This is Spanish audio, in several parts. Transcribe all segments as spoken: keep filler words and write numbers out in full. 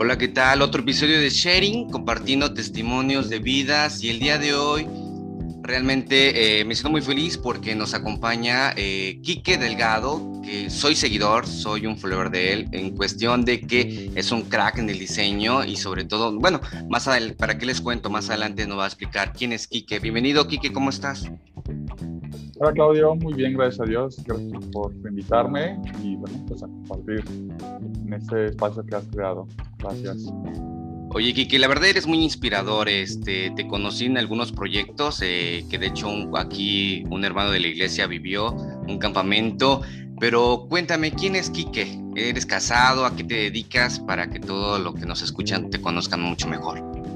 Hola, ¿qué tal? Otro episodio de Sharing, compartiendo testimonios de vidas y el día de hoy realmente eh, me siento muy feliz porque nos acompaña eh, Quique Delgado, que soy seguidor, soy un follower de él en cuestión de que es un crack en el diseño y sobre todo, bueno, más adelante, ¿para qué les cuento? Más adelante nos va a explicar quién es Quique. Bienvenido, Quique, ¿cómo estás? Hola Claudio, muy bien, gracias a Dios. Gracias por invitarme y bueno, pues a compartir en este espacio que has creado. Gracias. Oye, Kiki, la verdad eres muy inspirador. Este, te conocí en algunos proyectos, eh, que de hecho un, aquí un hermano de la iglesia vivió un campamento. Pero cuéntame, ¿quién es Quique? ¿Eres casado? ¿A qué te dedicas? Para que todo lo que nos escuchan te conozcan mucho mejor.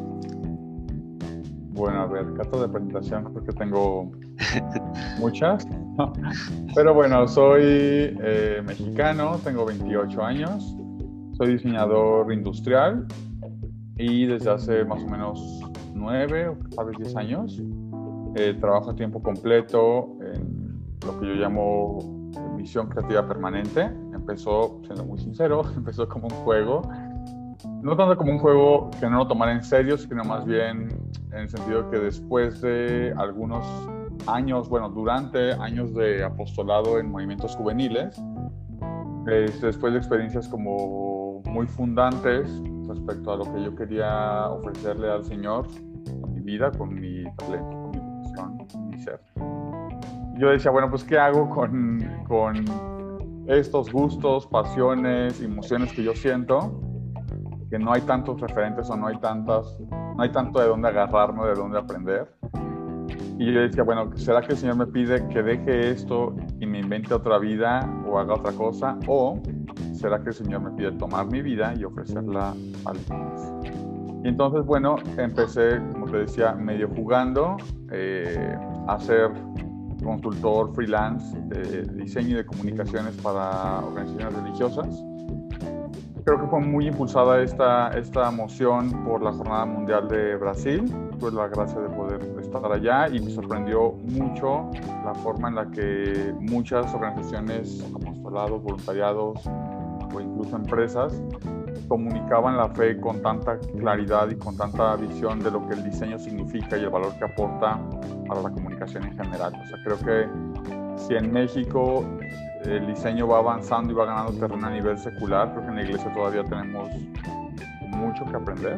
Bueno, a ver, carta de presentación, creo que tengo muchas. Pero bueno, soy eh, mexicano, tengo veintiocho años, soy diseñador industrial. Y desde hace más o menos nueve o tal vez diez años eh, trabajo a tiempo completo en lo que yo llamo misión creativa permanente. Empezó, siendo muy sincero, empezó como un juego. No tanto como un juego que no lo tomara en serio, sino más bien en el sentido que después de algunos años, bueno, durante años de apostolado en movimientos juveniles, eh, después de experiencias como muy fundantes respecto a lo que yo quería ofrecerle al Señor, con mi vida, con mi talento, con mi vocación, con mi ser. Yo decía, bueno, pues ¿qué hago con, con estos gustos, pasiones, emociones que yo siento? Que no hay tantos referentes o no hay tantas, no hay tanto de dónde agarrarme, de dónde aprender. Y yo decía, bueno, ¿será que el Señor me pide que deje esto y me invente otra vida o haga otra cosa? ¿O será que el Señor me pide tomar mi vida y ofrecerla a los demás? Y entonces, bueno, empecé, como te decía, medio jugando, eh, a ser consultor freelance de diseño y de comunicaciones para organizaciones religiosas. Creo que fue muy impulsada esta, esta moción por la Jornada Mundial de Brasil. Tuve la gracia de poder estar allá y me sorprendió mucho la forma en la que muchas organizaciones, apostolados, voluntariados o incluso empresas comunicaban la fe con tanta claridad y con tanta visión de lo que el diseño significa y el valor que aporta para la comunicación en general. O sea, creo que si en México el diseño va avanzando y va ganando terreno a nivel secular, creo que en la iglesia todavía tenemos mucho que aprender.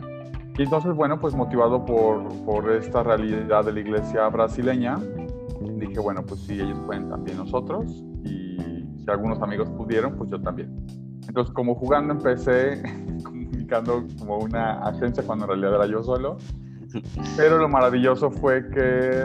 Y entonces, bueno, pues motivado por, por esta realidad de la iglesia brasileña, dije, bueno, pues si ellos pueden, también nosotros, y si algunos amigos pudieron, pues yo también. Entonces, como jugando, empecé comunicando como una agencia cuando en realidad era yo solo, pero lo maravilloso fue que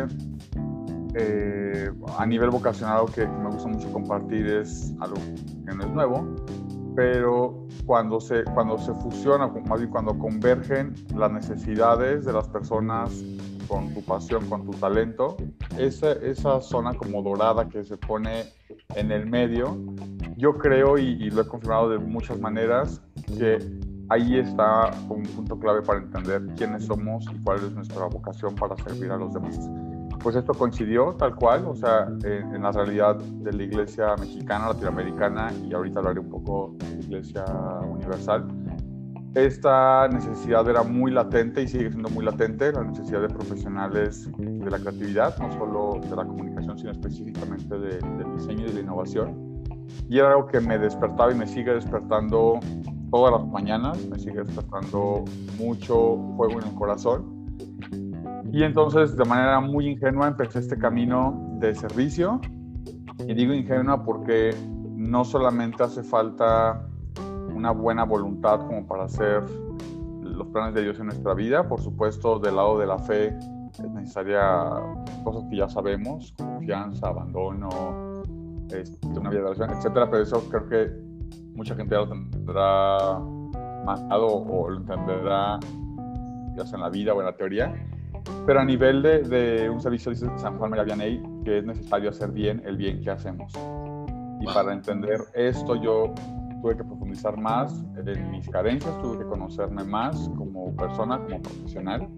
eh, a nivel vocacional, que, que me gusta mucho compartir, es algo que no es nuevo, pero cuando se, cuando se fusiona, más bien cuando convergen las necesidades de las personas con tu pasión, con tu talento, esa, esa zona como dorada que se pone en el medio, yo creo, y, y lo he confirmado de muchas maneras, que ahí está un punto clave para entender quiénes somos y cuál es nuestra vocación para servir a los demás. Pues esto coincidió tal cual, o sea, en, en la realidad de la iglesia mexicana, latinoamericana, y ahorita hablaré un poco de la iglesia universal. Esta necesidad era muy latente y sigue siendo muy latente, la necesidad de profesionales de la creatividad, no solo de la comunicación, sino específicamente de, del diseño y de la innovación. Y era algo que me despertaba y me sigue despertando todas las mañanas, me sigue despertando mucho fuego en el corazón. Y entonces, de manera muy ingenua, empecé este camino de servicio. Y digo ingenua porque no solamente hace falta una buena voluntad como para hacer los planes de Dios en nuestra vida. Por supuesto, del lado de la fe es necesaria cosas que ya sabemos, confianza, abandono, este, una vida de oración, etcétera. Pero eso creo que mucha gente ya lo tendrá marcado o lo entenderá ya sea en la vida o en la teoría. Pero a nivel de, de un servicio, dice San Juan María Vianney, que es necesario hacer bien el bien que hacemos. Y wow. Para entender esto yo tuve que profundizar más en mis carencias, tuve que conocerme más como persona, como profesional.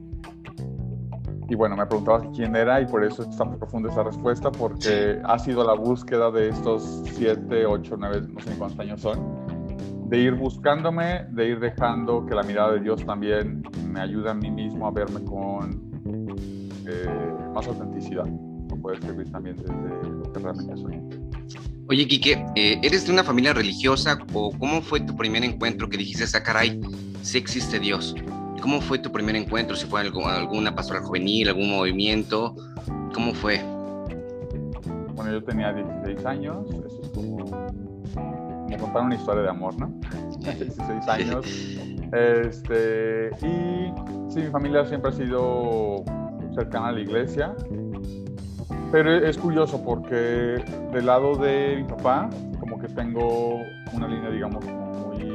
Y bueno, me preguntabas quién era y por eso es tan profunda esa respuesta, porque ha sido la búsqueda de estos siete, ocho, nueve, no sé ni cuántos años son, de ir buscándome, de ir dejando que la mirada de Dios también me ayude a mí mismo a verme con eh, más autenticidad, para poder servir también desde lo que realmente soy. Oye, Quique, eh, ¿eres de una familia religiosa o cómo fue tu primer encuentro que dijiste, ah, caray, sí existe Dios? ¿Cómo fue tu primer encuentro? ¿Si fue algo, alguna pastoral juvenil, algún movimiento? ¿Cómo fue? Bueno, yo tenía dieciséis años, eso es como, como contar una historia de amor, ¿no? dieciséis años. Este, y sí, mi familia siempre ha sido cercana a la iglesia. Pero es curioso porque del lado de mi papá, como que tengo una línea, digamos, como muy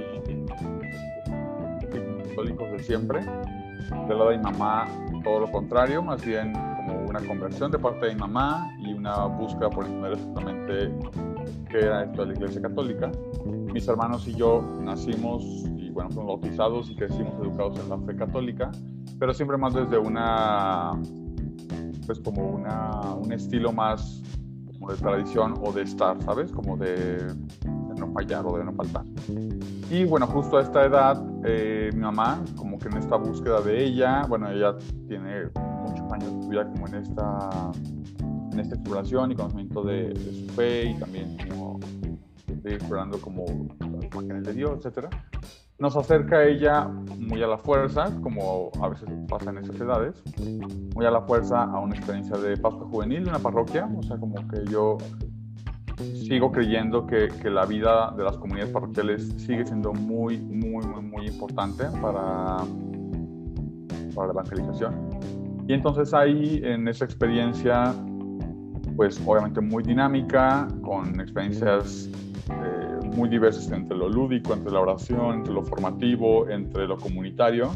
católicos de siempre. Del lado de mi mamá, todo lo contrario, más bien como una conversión de parte de mi mamá y una búsqueda por entender exactamente qué era esto de la iglesia católica. Mis hermanos y yo nacimos y, bueno, fuimos bautizados y crecimos educados en la fe católica, pero siempre más desde una... pues como una, un estilo más como de tradición o de estar, ¿sabes? Como de, de no fallar o de no faltar. Y bueno, justo a esta edad, eh, mi mamá, como que en esta búsqueda de ella, bueno, ella tiene muchos años de vida como en esta, en esta exploración y conocimiento de, de su fe y también como de ir explorando como las imágenes de Dios, etcétera. Nos acerca a ella muy a la fuerza, como a veces pasa en esas edades, muy a la fuerza a una experiencia de Pascua Juvenil de una parroquia. O sea, como que yo sigo creyendo que, que la vida de las comunidades parroquiales sigue siendo muy, muy, muy, muy importante para, para la evangelización. Y entonces ahí, en esa experiencia, pues obviamente muy dinámica, con experiencias eh, muy diversas entre lo lúdico, entre la oración, entre lo formativo, entre lo comunitario.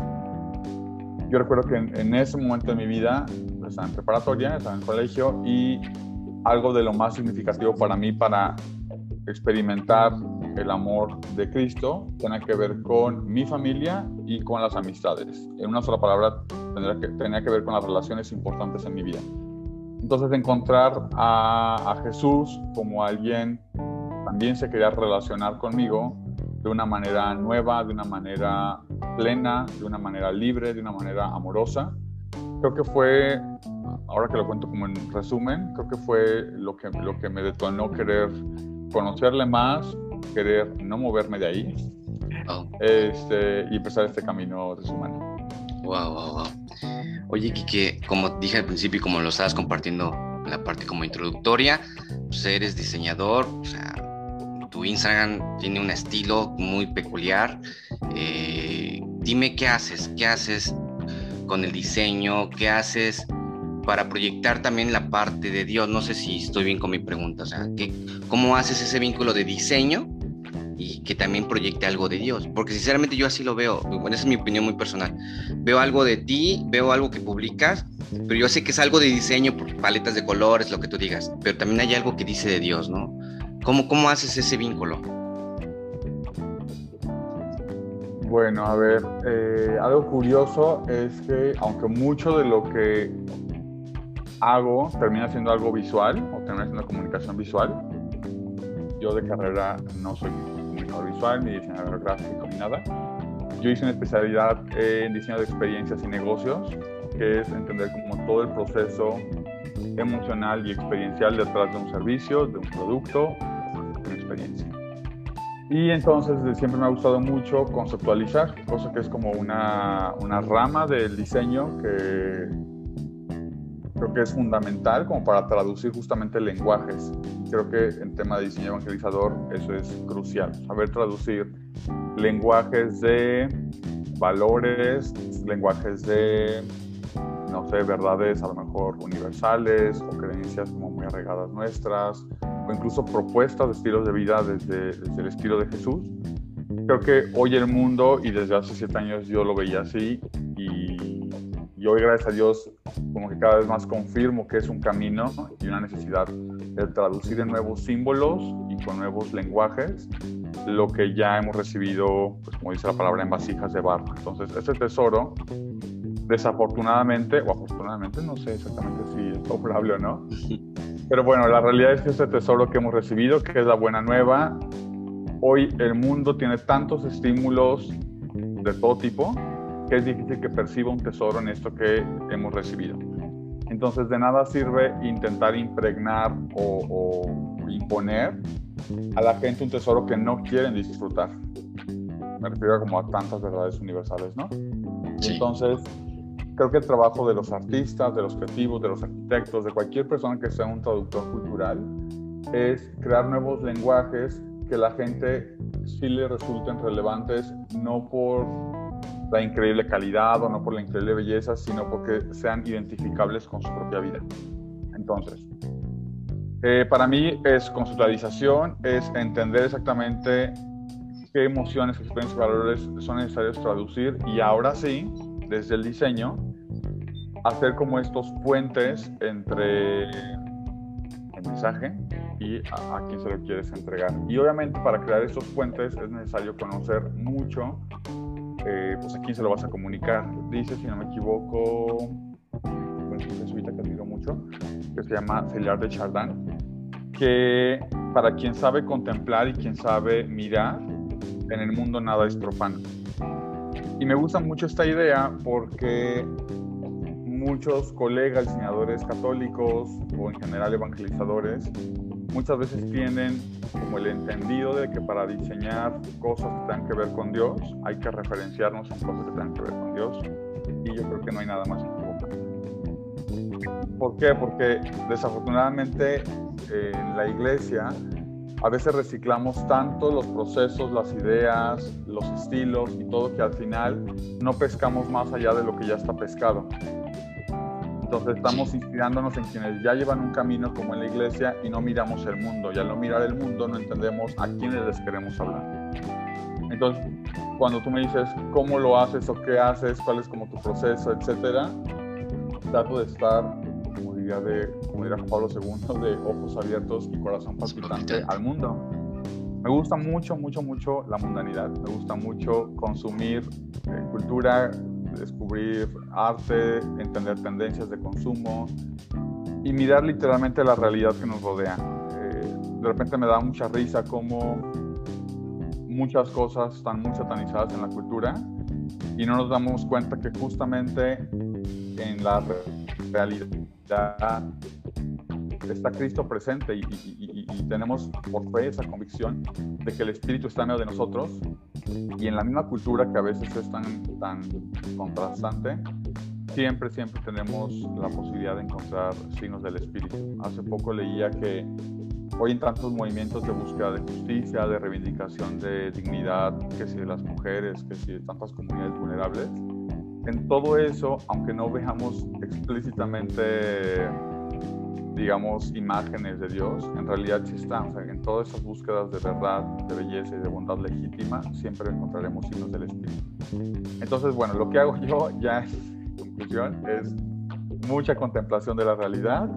Yo recuerdo que en, en ese momento de mi vida, estaba en preparatoria, estaba en el colegio, y algo de lo más significativo para mí para experimentar el amor de Cristo tenía que ver con mi familia y con las amistades. En una sola palabra, tenía que, tenía que ver con las relaciones importantes en mi vida. Entonces, encontrar a, a Jesús como alguien también se quería relacionar conmigo de una manera nueva, de una manera plena, de una manera libre, de una manera amorosa. Creo que fue, ahora que lo cuento como en resumen, creo que fue lo que, lo que me detonó querer conocerle más, querer no moverme de ahí, oh. este, y empezar este camino de su mano. Wow, wow, wow. Oye, Quique, como dije al principio y como lo estabas compartiendo en la parte como introductoria, pues eres diseñador, o sea, tu Instagram tiene un estilo muy peculiar. Eh, dime qué haces, qué haces con el diseño, qué haces para proyectar también la parte de Dios. No sé si estoy bien con mi pregunta, o sea, ¿qué, ¿cómo haces ese vínculo de diseño y que también proyecte algo de Dios? Porque sinceramente yo así lo veo, bueno, esa es mi opinión muy personal. Veo algo de ti, veo algo que publicas, pero yo sé que es algo de diseño por paletas de colores, lo que tú digas, pero también hay algo que dice de Dios, ¿no? ¿Cómo, cómo haces ese vínculo? Bueno, a ver, eh, algo curioso es que aunque mucho de lo que hago termina siendo algo visual o termina siendo comunicación visual, yo de carrera no soy comunicador visual, ni diseñador gráfico, ni nada. Yo hice una especialidad en diseño de experiencias y negocios, que es entender como todo el proceso emocional y experiencial detrás de un servicio, de un producto, de una experiencia. Y entonces siempre me ha gustado mucho conceptualizar, cosa que es como una, una rama del diseño que creo que es fundamental como para traducir justamente lenguajes. Creo que en tema de diseño evangelizador eso es crucial, saber traducir lenguajes de valores, lenguajes de, no sé, verdades a lo mejor universales o creencias como muy arraigadas nuestras, o incluso propuestas de estilos de vida desde, desde el estilo de Jesús. Creo que hoy el mundo, y desde hace siete años yo lo veía así, y, y hoy gracias a Dios como que cada vez más confirmo que es un camino y una necesidad de traducir en nuevos símbolos y con nuevos lenguajes lo que ya hemos recibido, pues como dice la palabra, en vasijas de barro. Entonces ese tesoro, desafortunadamente, o afortunadamente, no sé exactamente si es favorable o no, pero bueno, la realidad es que ese tesoro que hemos recibido, que es la buena nueva, hoy el mundo tiene tantos estímulos de todo tipo que es difícil que perciba un tesoro en esto que hemos recibido. Entonces, de nada sirve intentar impregnar o, o imponer a la gente un tesoro que no quieren disfrutar. Me refiero como a tantas verdades universales, ¿no? Sí. Entonces, creo que el trabajo de los artistas, de los creativos, de los arquitectos, de cualquier persona que sea un traductor cultural, es crear nuevos lenguajes que la gente sí le resulten relevantes, no por la increíble calidad o no por la increíble belleza, sino porque sean identificables con su propia vida. Entonces, eh, para mí es conceptualización, es entender exactamente qué emociones, experiencias y valores son necesarios traducir, y ahora sí, desde el diseño, hacer como estos puentes entre el mensaje y a, a quien se lo quieres entregar. Y obviamente para crear estos puentes es necesario conocer mucho eh, pues a quién se lo vas a comunicar. Dice, si no me equivoco, una jesuita que admiro mucho, que se llama Teilhard de Chardin, que para quien sabe contemplar y quien sabe mirar, en el mundo nada es profano. Y me gusta mucho esta idea porque muchos colegas diseñadores católicos o en general evangelizadores muchas veces tienen como el entendido de que para diseñar cosas que tengan que ver con Dios hay que referenciarnos en cosas que tengan que ver con Dios, y yo creo que no hay nada más equivocado. ¿Por qué? Porque desafortunadamente eh, en la iglesia a veces reciclamos tanto los procesos, las ideas, los estilos y todo, que al final no pescamos más allá de lo que ya está pescado. Entonces estamos inspirándonos en quienes ya llevan un camino como en la iglesia y no miramos el mundo. Y al no mirar el mundo no entendemos a quiénes les queremos hablar. Entonces, cuando tú me dices cómo lo haces o qué haces, cuál es como tu proceso, etcétera, trato de estar, como diría, de, como diría Juan Pablo segundo, de ojos abiertos y corazón palpitante al mundo. Me gusta mucho, mucho, mucho la mundanidad. Me gusta mucho consumir eh, cultura, descubrir arte, entender tendencias de consumo y mirar literalmente la realidad que nos rodea. Eh, de repente me da mucha risa cómo muchas cosas están muy satanizadas en la cultura y no nos damos cuenta que justamente en la realidad está Cristo presente y, y, y, y tenemos por fe esa convicción de que el Espíritu está en medio de nosotros, y en la misma cultura que a veces es tan, tan contrastante, siempre, siempre tenemos la posibilidad de encontrar signos del Espíritu. Hace poco leía que hoy en tantos movimientos de búsqueda de justicia, de reivindicación de dignidad, que si de las mujeres, que si de tantas comunidades vulnerables, en todo eso, aunque no veamos explícitamente, digamos, imágenes de Dios, en realidad sí están. O sea, en todas esas búsquedas de verdad, de belleza y de bondad legítima, siempre encontraremos signos del Espíritu. Entonces, bueno, lo que hago yo, ya en conclusión, es mucha contemplación de la realidad,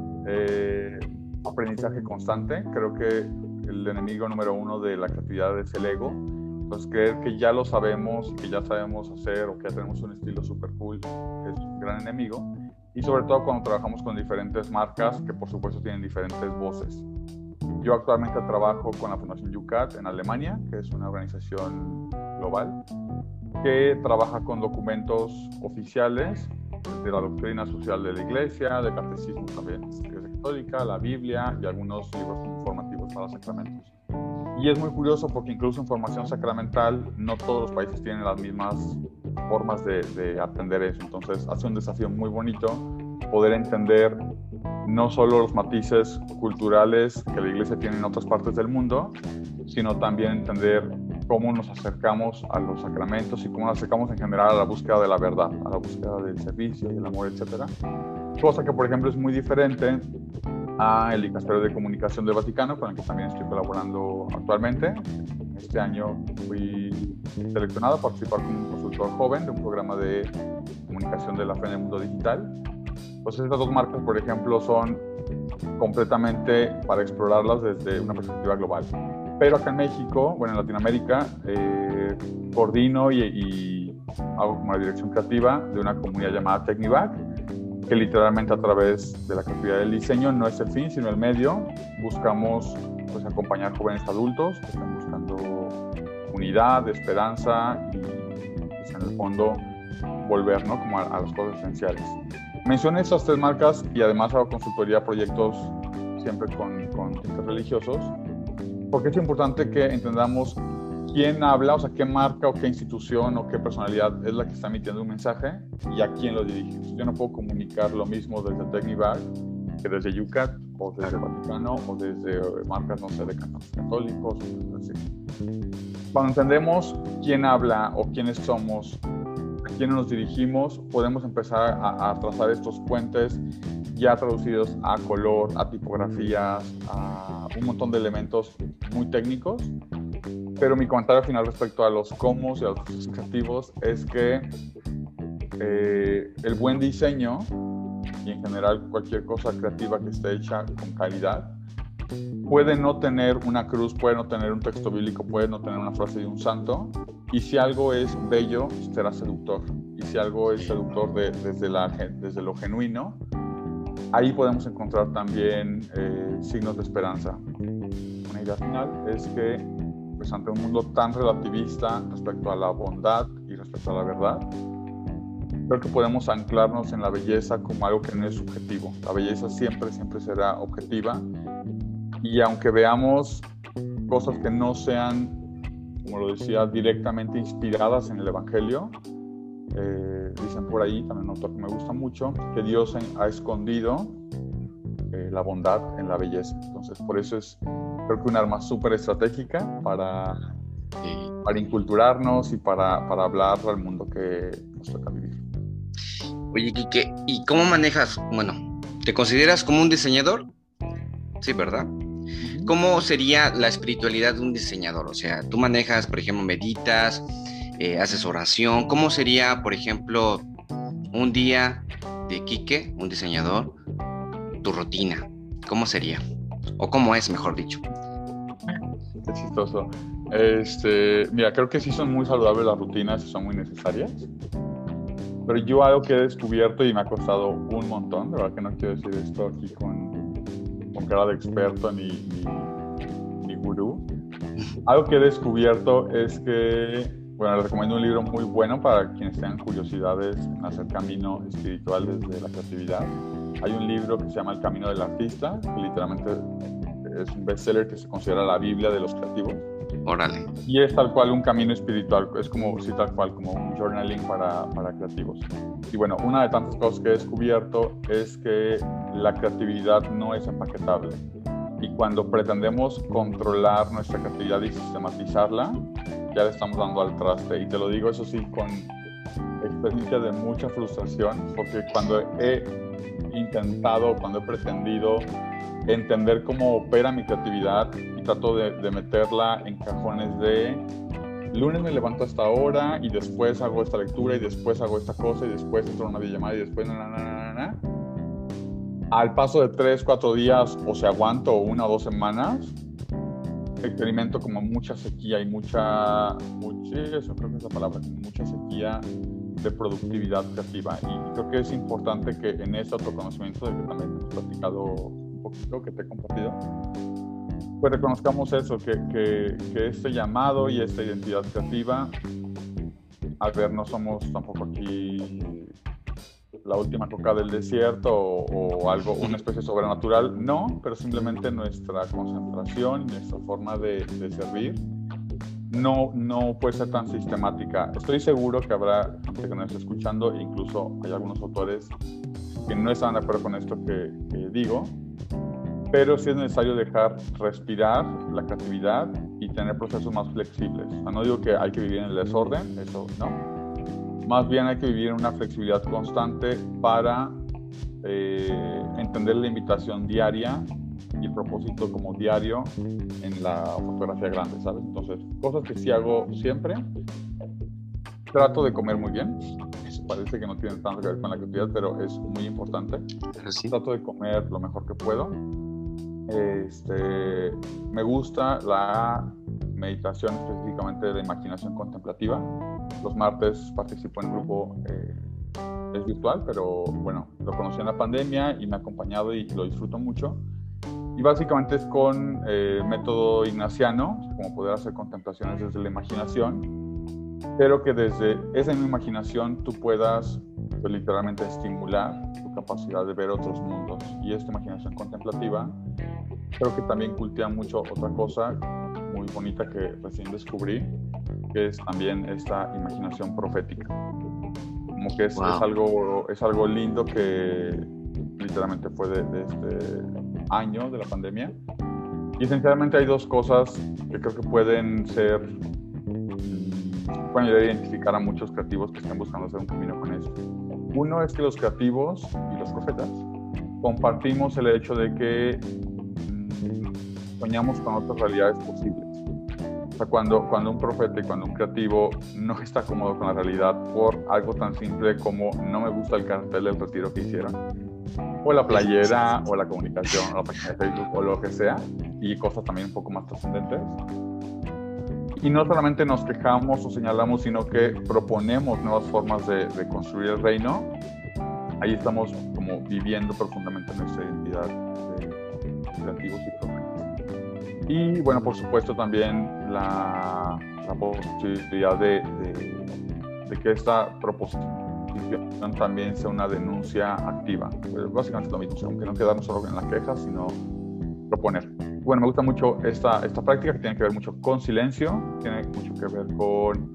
eh, aprendizaje constante. Creo que el enemigo número uno de la creatividad es el ego. Entonces, creer que ya lo sabemos, que ya sabemos hacer o que ya tenemos un estilo super cool es un gran enemigo. Y sobre todo cuando trabajamos con diferentes marcas que por supuesto tienen diferentes voces. Yo actualmente trabajo con la Fundación Yucat en Alemania, que es una organización global que trabaja con documentos oficiales de la doctrina social de la Iglesia, de catecismo también de la Iglesia Católica, la Biblia y algunos libros informativos para sacramentos. Y es muy curioso porque incluso en formación sacramental no todos los países tienen las mismas formas de, de atender eso. Entonces hace un desafío muy bonito poder entender no solo los matices culturales que la Iglesia tiene en otras partes del mundo, sino también entender cómo nos acercamos a los sacramentos y cómo nos acercamos en general a la búsqueda de la verdad, a la búsqueda del servicio, del amor, etcétera. Cosa que, por ejemplo, es muy diferente a el Dicasterio de Comunicación del Vaticano, con el que también estoy colaborando actualmente. Este año fui seleccionado a participar como un consultor joven de un programa de comunicación de la fe en el mundo digital. Pues estas dos marcas, por ejemplo, son completamente para explorarlas desde una perspectiva global. Pero acá en México, bueno, en Latinoamérica, eh, coordino y, y hago como la dirección creativa de una comunidad llamada Technibac, que literalmente a través de la creatividad del diseño no es el fin, sino el medio. Buscamos pues, acompañar jóvenes adultos que están buscando unidad, esperanza y pues, en el fondo volver, ¿no? como a, a las cosas esenciales. Mencioné estas tres marcas y además hago consultoría a proyectos siempre con, con tintes religiosos, porque es importante que entendamos quién habla, o sea, qué marca o qué institución o qué personalidad es la que está emitiendo un mensaje y a quién lo dirige. Entonces, yo no puedo comunicar lo mismo desde Tecnivac que desde Yucat o desde el Vaticano o desde marcas, no sé, de cantantes católicos, así. Cuando entendemos quién habla o quiénes somos, a quién nos dirigimos, podemos empezar a, a trazar estos puentes ya traducidos a color, a tipografías, a un montón de elementos muy técnicos. Pero mi comentario final respecto a los cómo y a los procesos creativos es que eh, el buen diseño y en general cualquier cosa creativa que esté hecha con calidad puede no tener una cruz, puede no tener un texto bíblico, puede no tener una frase de un santo, y si algo es bello, será seductor. Y si algo es seductor de, desde, la, desde lo genuino, ahí podemos encontrar también eh, signos de esperanza. Una idea final es que pues, ante un mundo tan relativista respecto a la bondad y respecto a la verdad, creo que podemos anclarnos en la belleza como algo que no es subjetivo. La belleza siempre, siempre será objetiva, y aunque veamos cosas que no sean, como lo decía, directamente inspiradas en el Evangelio, eh, dicen por ahí, también un autor que me gusta mucho, que Dios ha escondido eh, la bondad en la belleza. Entonces, por eso es, creo que un arma súper estratégica para, para inculturarnos y para, para hablar al mundo que nos toca vivir. Oye, Quique, ¿y cómo manejas? Bueno, ¿te consideras como un diseñador? Sí, ¿verdad? ¿Cómo sería la espiritualidad de un diseñador? O sea, tú manejas, por ejemplo, meditas, eh, haces oración. ¿Cómo sería, por ejemplo, un día de Quique, un diseñador, tu rutina? ¿Cómo sería? O cómo es, mejor dicho. Qué chistoso. Este, mira, creo que sí son muy saludables las rutinas y son muy necesarias. Pero yo algo que he descubierto y me ha costado un montón, de verdad que no quiero decir esto aquí con, con cara de experto ni, ni, ni gurú. Algo que he descubierto es que, bueno, les recomiendo un libro muy bueno para quienes tengan curiosidades en hacer camino espiritual desde la creatividad. Hay un libro que se llama El Camino del Artista, que literalmente es un bestseller que se considera la Biblia de los creativos. Órale. Y es tal cual un camino espiritual, es como, sí, tal cual, como un journaling para, para creativos. Y bueno, una de tantas cosas que he descubierto es que la creatividad no es empaquetable. Y cuando pretendemos controlar nuestra creatividad y sistematizarla, ya le estamos dando al traste. Y te lo digo, eso sí, con experiencia de mucha frustración, porque cuando he intentado, cuando he pretendido entender cómo opera mi creatividad y trato de, de meterla en cajones de lunes me levanto a esta hora y después hago esta lectura y después hago esta cosa y después entro a una videollamada y después na, na, na, na, na. Al paso de tres, cuatro días o se aguanto una o dos semanas, experimento como mucha sequía y mucha, mucha, eso creo que es la palabra, mucha sequía de productividad creativa. Y creo que es importante que en ese autoconocimiento del que también he platicado un poquito, que te he compartido, pues reconozcamos eso, que, que, que este llamado y esta identidad creativa, a ver, no somos tampoco aquí la última coca del desierto o, o algo, una especie sobrenatural, no, pero simplemente nuestra concentración, nuestra forma de, de servir, no, no puede ser tan sistemática. Estoy seguro que habrá gente que nos esté escuchando, e incluso hay algunos autores que no están de acuerdo con esto que, que digo, pero sí es necesario dejar respirar la creatividad y tener procesos más flexibles. O sea, no digo que hay que vivir en el desorden, eso no. Más bien hay que vivir en una flexibilidad constante para eh, entender la invitación diaria y el propósito como diario en la fotografía grande, ¿sabes? Entonces, cosas que sí hago siempre. Trato de comer muy bien. Parece que no tiene tanto que ver con la creatividad, pero es muy importante. Pero sí. Trato de comer lo mejor que puedo. Este, me gusta la meditación, específicamente de imaginación contemplativa. Los martes participo en un grupo eh, es virtual, pero bueno, lo conocí en la pandemia y me ha acompañado y lo disfruto mucho. Y básicamente es con eh, método ignaciano, como poder hacer contemplaciones desde la imaginación, pero que desde esa misma imaginación tú puedas pues, literalmente estimular tu capacidad de ver otros mundos. Y esta imaginación contemplativa creo que también cultiva mucho otra cosa muy bonita que recién descubrí, que es también esta imaginación profética. Como que es, wow. es, algo, es algo lindo que literalmente fue de, de este año de la pandemia. Y esencialmente hay dos cosas que creo que pueden ser, pueden ayudar a identificar a muchos creativos que estén buscando hacer un camino con esto. Uno es que los creativos y los profetas compartimos el hecho de que mmm, soñamos con otras realidades posibles. O sea, cuando, cuando un profeta y cuando un creativo no está cómodo con la realidad por algo tan simple como no me gusta el cartel del retiro que hicieron, o la playera, o la comunicación, o la página de Facebook, o lo que sea, y cosas también un poco más trascendentes. Y no solamente nos quejamos o señalamos, sino que proponemos nuevas formas de, de construir el reino. Ahí estamos como viviendo profundamente nuestra identidad de creativos y profetas. Y bueno, por supuesto también la, la posibilidad de, de, de que esta proposición también sea una denuncia activa. Pues básicamente es lo mismo, aunque no quedarnos solo en la queja, sino proponer. Bueno, me gusta mucho esta, esta práctica que tiene que ver mucho con silencio, tiene mucho que ver con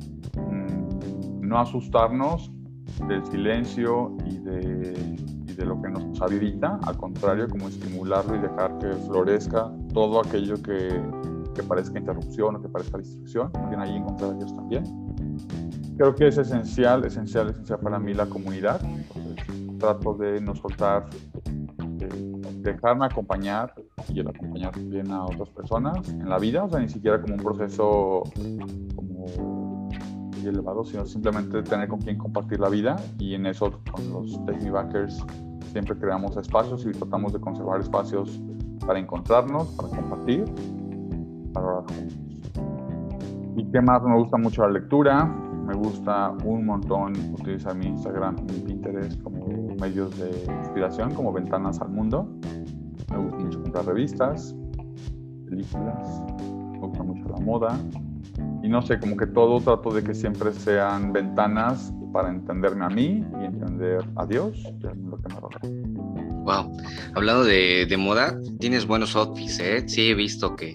mmm, no asustarnos del silencio y de, y de lo que nos habilita, al contrario, como estimularlo y dejar que florezca todo aquello que, que parezca interrupción o que parezca distracción. También ahí encontrar a Dios también. Creo que es esencial, esencial, esencial para mí la comunidad. Entonces, trato de no soltar, de dejarme acompañar y el acompañar bien a otras personas en la vida, o sea, ni siquiera como un proceso como muy elevado, sino simplemente tener con quien compartir la vida, y en eso con los Take Me Backers siempre creamos espacios y tratamos de conservar espacios para encontrarnos, para compartir, para orar juntos. ¿Y qué más? Me gusta mucho la lectura. Me gusta un montón utilizar mi Instagram y mi Pinterest como medios de inspiración, como ventanas al mundo. Me gusta mucho comprar revistas, películas, me gusta mucho la moda. Y no sé, como que todo trato de que siempre sean ventanas para entenderme a mí y entender a Dios, que es lo que me rodea. Wow, hablando de, de moda, tienes buenos outfits, ¿eh? Sí, he visto que,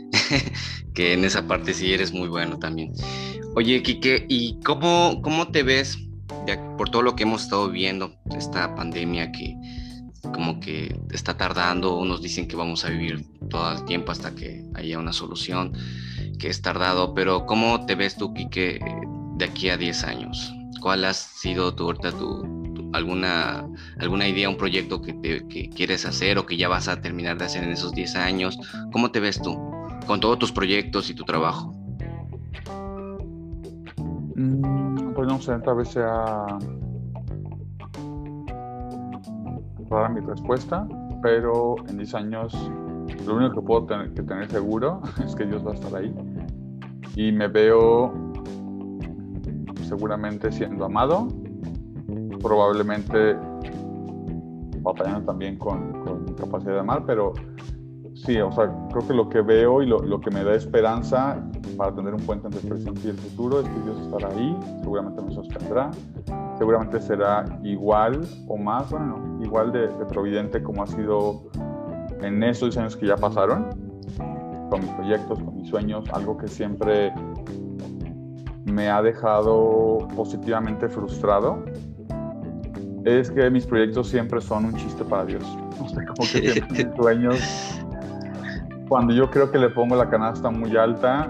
que en esa parte sí eres muy bueno también. Oye, Quique, ¿y cómo, cómo te ves ya, por todo lo que hemos estado viendo, esta pandemia que como que está tardando? Unos dicen que vamos a vivir todo el tiempo hasta que haya una solución, que es tardado, pero ¿cómo te ves tú, Quique, de aquí a diez años? ¿Cuál ha sido tu, ahorita, tu, tu, alguna, alguna idea, un proyecto que, te, que quieres hacer o que ya vas a terminar de hacer en esos diez años? ¿Cómo te ves tú con todos tus proyectos y tu trabajo? Pues no sé, tal vez sea rara mi respuesta, pero en diez años lo único que puedo tener, que tener seguro es que Dios va a estar ahí, y me veo seguramente siendo amado, probablemente batallando también con, con mi capacidad de amar, pero sí, o sea, creo que lo que veo y lo, lo que me da esperanza para tener un puente entre el presente y el futuro es que Dios estará ahí, seguramente nos sostendrá, seguramente será igual o más, bueno, igual de, de providente como ha sido en estos años que ya pasaron, con mis proyectos, con mis sueños. Algo que siempre me ha dejado positivamente frustrado es que mis proyectos siempre son un chiste para Dios. O sea, como que siempre mis sueños, cuando yo creo que le pongo la canasta muy alta,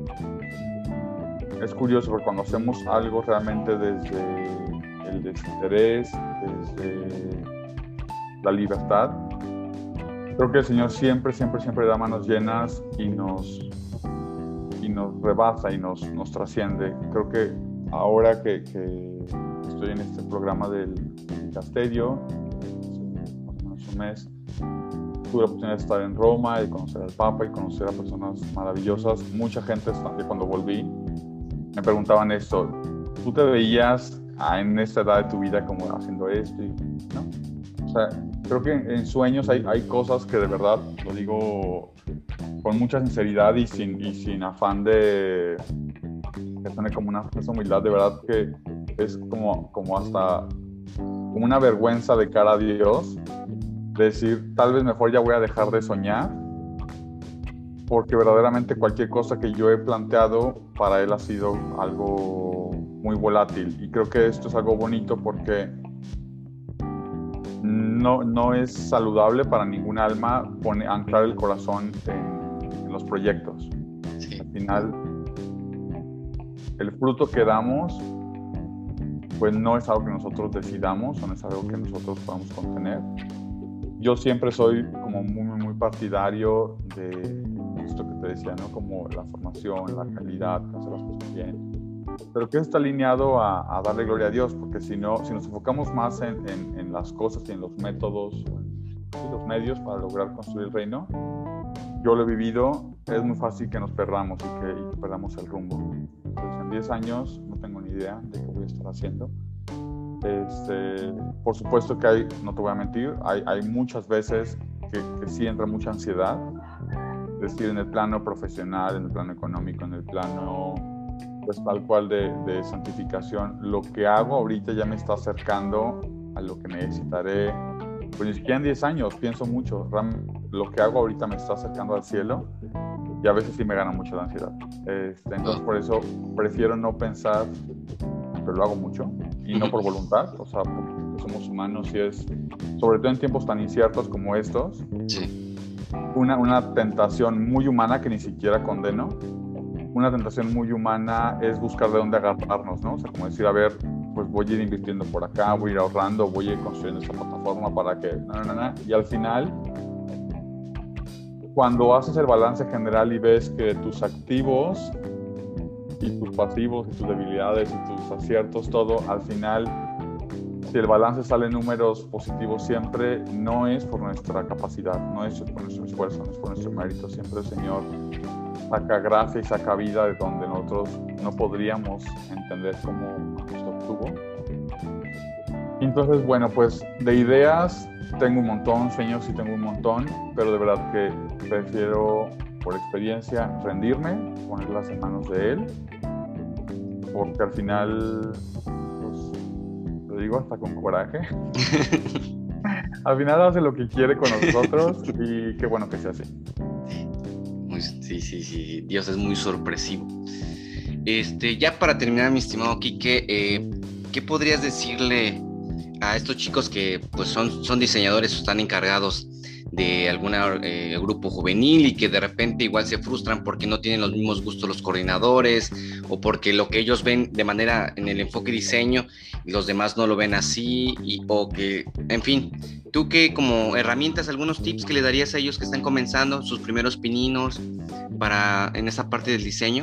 es curioso, porque cuando hacemos algo realmente desde el desinterés, desde la libertad, creo que el Señor siempre, siempre, siempre da manos llenas y nos, y nos rebasa y nos, nos trasciende. Creo que ahora que, que estoy en este programa del dicasterio, hace más o menos un mes, tuve la oportunidad de estar en Roma y conocer al Papa y conocer a personas maravillosas. Mucha gente, cuando volví, me preguntaban esto: ¿tú te veías ah, en esta edad de tu vida como haciendo esto, y, ¿no? O sea, creo que en, en sueños hay, hay cosas que de verdad, lo digo con mucha sinceridad y sin, y sin afán de que suene como una falsa humildad, de verdad que es como, como hasta como una vergüenza de cara a Dios, decir, tal vez mejor ya voy a dejar de soñar, porque verdaderamente cualquier cosa que yo he planteado para Él ha sido algo muy volátil. Y creo que esto es algo bonito porque no, no es saludable para ningún alma poner, anclar el corazón en, en los proyectos. Sí. Al final, el fruto que damos, pues no es algo que nosotros decidamos o no es algo que nosotros podamos contener. Yo siempre soy como muy, muy partidario de esto que te decía, ¿no? Como la formación, la calidad, hacer las cosas bien. Pero que está alineado a, a darle gloria a Dios, porque si no, si nos enfocamos más en, en, en las cosas y en los métodos y los medios para lograr construir el reino, yo lo he vivido, es muy fácil que nos perdamos y que, y que perdamos el rumbo. Entonces, en diez años no tengo ni idea de qué voy a estar haciendo. Este, por supuesto que hay, no te voy a mentir, hay, hay muchas veces que, que sí entra mucha ansiedad, es decir, en el plano profesional, en el plano económico, en el plano pues tal cual de, de santificación. Lo que hago ahorita ya me está acercando a lo que necesitaré, pues ni siquiera en diez años, pienso mucho, lo que hago ahorita me está acercando al cielo y a veces sí me gana mucho la ansiedad. Este, entonces por eso prefiero no pensar, pero lo hago mucho y no por voluntad, o sea, porque somos humanos y es, sobre todo en tiempos tan inciertos como estos, sí. una, una tentación muy humana que ni siquiera condeno. Una tentación muy humana es buscar de dónde agarrarnos, ¿no? O sea, como decir, a ver, pues voy a ir invirtiendo por acá, voy a ir ahorrando, voy a ir construyendo esta plataforma para que... Na, na, na. Y al final, cuando haces el balance general y ves que tus activos y tus pasivos y tus debilidades y tus aciertos, todo, al final, si el balance sale en números positivos siempre, no es por nuestra capacidad, no es por nuestro esfuerzo, no es por nuestro mérito. Siempre el Señor saca gracia y saca vida de donde nosotros no podríamos entender cómo se obtuvo. Entonces, bueno, pues de ideas tengo un montón, sueños sí tengo un montón, pero de verdad que prefiero, por experiencia, rendirme, ponerlas en manos de Él, porque al final, pues, lo digo hasta con coraje, al final hace lo que quiere con nosotros y qué bueno que sea así. Sí, sí, sí, Dios es muy sorpresivo. Este, ya para terminar, mi estimado Quique, eh, ¿qué podrías decirle a estos chicos que pues son, son diseñadores o están encargados de algún eh, grupo juvenil y que de repente igual se frustran porque no tienen los mismos gustos los coordinadores o porque lo que ellos ven de manera en el enfoque diseño y los demás no lo ven así y, o que, en fin, tú qué como herramientas, algunos tips que le darías a ellos que están comenzando sus primeros pininos para en esa parte del diseño?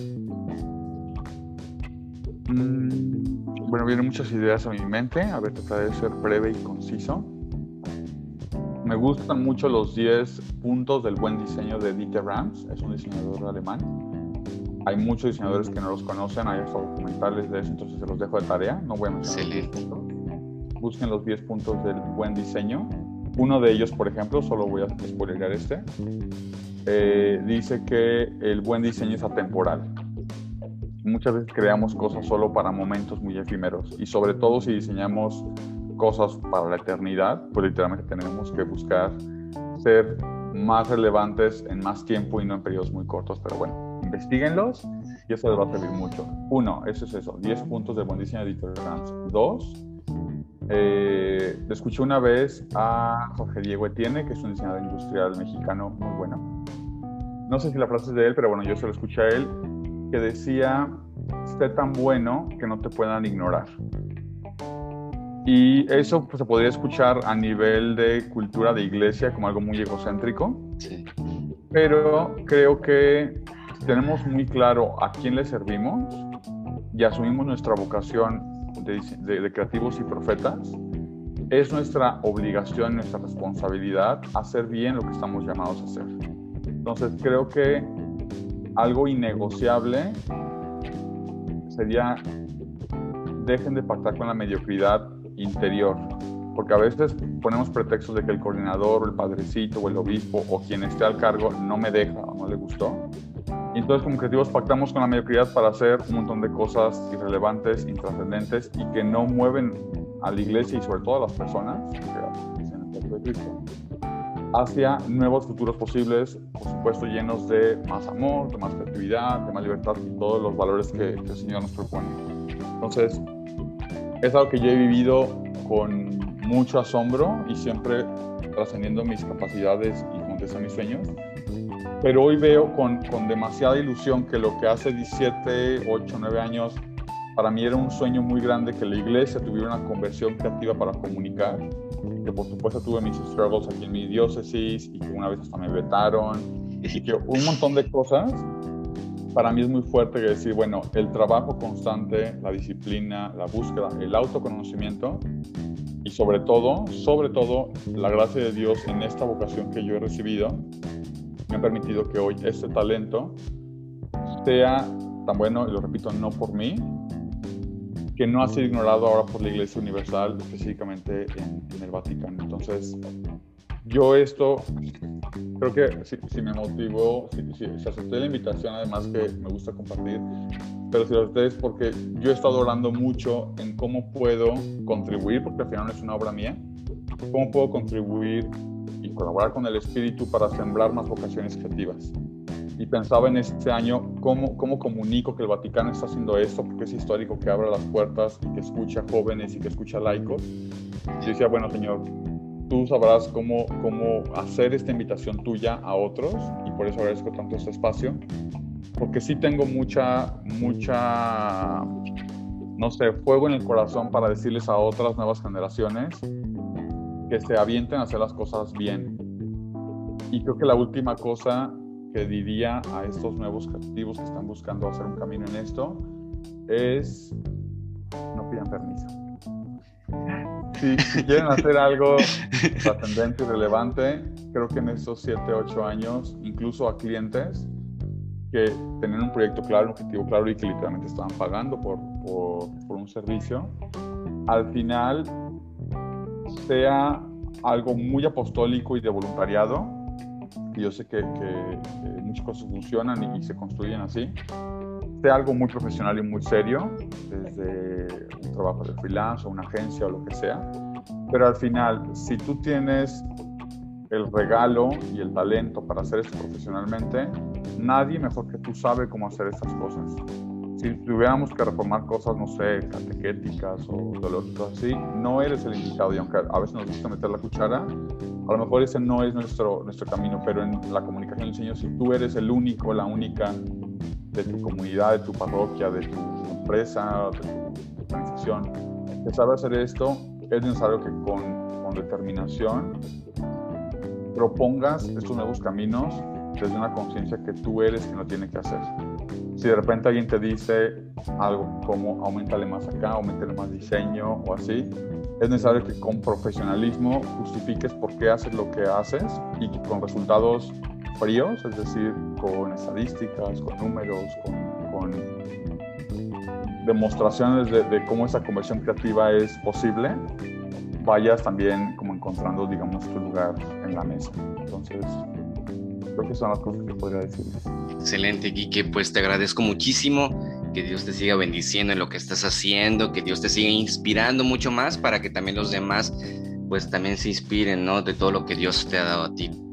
Mm, bueno, vienen muchas ideas a mi mente, a ver, trataré de ser breve y conciso. Me gustan mucho los diez puntos del buen diseño de Dieter Rams, es un diseñador alemán. Hay muchos diseñadores que no los conocen, hay hasta documentales de eso, entonces se los dejo de tarea, no voy a mencionar los diez puntos. Busquen los diez puntos del buen diseño. Uno de ellos, por ejemplo, solo voy a spoilear este, eh, dice que el buen diseño es atemporal. Muchas veces creamos cosas solo para momentos muy efímeros y sobre todo si diseñamos cosas para la eternidad, pues literalmente tenemos que buscar ser más relevantes en más tiempo y no en periodos muy cortos, pero bueno, investíguenlos y eso les va a servir mucho. Uno, eso es eso, diez puntos de buen diseño de Dieter Rams. Dos, eh, escuché una vez a Jorge Diego Etienne, que es un diseñador industrial mexicano muy bueno. No sé si la frase es de él, pero bueno, yo se lo escuché a él, que decía, sé tan bueno que no te puedan ignorar. Y eso pues, se podría escuchar a nivel de cultura de iglesia como algo muy egocéntrico, sí. Pero creo que si tenemos muy claro a quién le servimos y asumimos nuestra vocación de, de, de creativos y profetas, es nuestra obligación, nuestra responsabilidad hacer bien lo que estamos llamados a hacer. Entonces creo que algo innegociable sería dejen de pactar con la mediocridad interior, porque a veces ponemos pretextos de que el coordinador o el padrecito o el obispo o quien esté al cargo no me deja o no le gustó. Y entonces como creativos pactamos con la mediocridad para hacer un montón de cosas irrelevantes, intrascendentes y que no mueven a la iglesia y sobre todo a las personas, que dicen el cuerpo de Cristo, hacia nuevos futuros posibles, por supuesto llenos de más amor, de más creatividad, de más libertad y todos los valores que, que el Señor nos propone. Entonces, es algo que yo he vivido con mucho asombro y siempre trascendiendo mis capacidades y como te decía, mis sueños. Pero hoy veo con, con demasiada ilusión que lo que hace diecisiete, ocho, nueve años para mí era un sueño muy grande, que la iglesia tuviera una conversión creativa para comunicar, que por supuesto tuve mis struggles aquí en mi diócesis y que una vez hasta me vetaron y que un montón de cosas. Para mí es muy fuerte que decir, bueno, el trabajo constante, la disciplina, la búsqueda, el autoconocimiento y sobre todo, sobre todo, la gracia de Dios en esta vocación que yo he recibido me ha permitido que hoy este talento sea tan bueno, y lo repito, no por mí, que no ha sido ignorado ahora por la Iglesia Universal, específicamente en, en el Vaticano. Entonces, yo esto creo que si, si me motivó, si, si, si acepté la invitación, además que me gusta compartir, pero si lo acepté es porque yo he estado orando mucho en cómo puedo contribuir, porque al final no es una obra mía, cómo puedo contribuir y colaborar con el Espíritu para sembrar más vocaciones creativas. Y pensaba en este año cómo, cómo comunico que el Vaticano está haciendo esto, porque es histórico que abra las puertas y que escucha jóvenes y que escucha laicos. Y decía, bueno, Señor, tú sabrás cómo, cómo hacer esta invitación tuya a otros, y por eso agradezco tanto este espacio, porque sí tengo mucha, mucha, no sé, fuego en el corazón para decirles a otras nuevas generaciones que se avienten a hacer las cosas bien. Y creo que la última cosa que diría a estos nuevos creativos que están buscando hacer un camino en esto es: no pidan permiso. Si, si quieren hacer algo trascendente y relevante, creo que en estos siete, ocho años, incluso a clientes que tenían un proyecto claro, un objetivo claro y que literalmente estaban pagando por, por, por un servicio, al final sea algo muy apostólico y de voluntariado. Y yo sé que, que, que muchas cosas funcionan y, y se construyen así, sea algo muy profesional y muy serio, desde un trabajo de freelance o una agencia o lo que sea, pero al final, si tú tienes el regalo y el talento para hacer esto profesionalmente, nadie mejor que tú sabe cómo hacer estas cosas. Si tuviéramos que reformar cosas, no sé, catequéticas o teológicas así, no eres el indicado, y aunque a veces nos gusta meter la cuchara, a lo mejor ese no es nuestro, nuestro camino, pero en la comunicación del Señor, si tú eres el único, la única de tu comunidad, de tu parroquia, de tu empresa, de tu organización, que sabe hacer esto, es necesario que con, con determinación propongas estos nuevos caminos desde una conciencia que tú eres quien lo tiene que hacer. Si de repente alguien te dice algo como auméntale más acá, auméntale más diseño o así, es necesario que con profesionalismo justifiques por qué haces lo que haces y que con resultados fríos, es decir, con estadísticas, con números, con, con demostraciones de, de cómo esa conversión creativa es posible, vayas también como encontrando, digamos, tu lugar en la mesa. Entonces, creo que son las cosas que podría decir. Excelente, Quique, pues te agradezco muchísimo, que Dios te siga bendiciendo en lo que estás haciendo, que Dios te siga inspirando mucho más para que también los demás pues también se inspiren, ¿no?, de todo lo que Dios te ha dado a ti.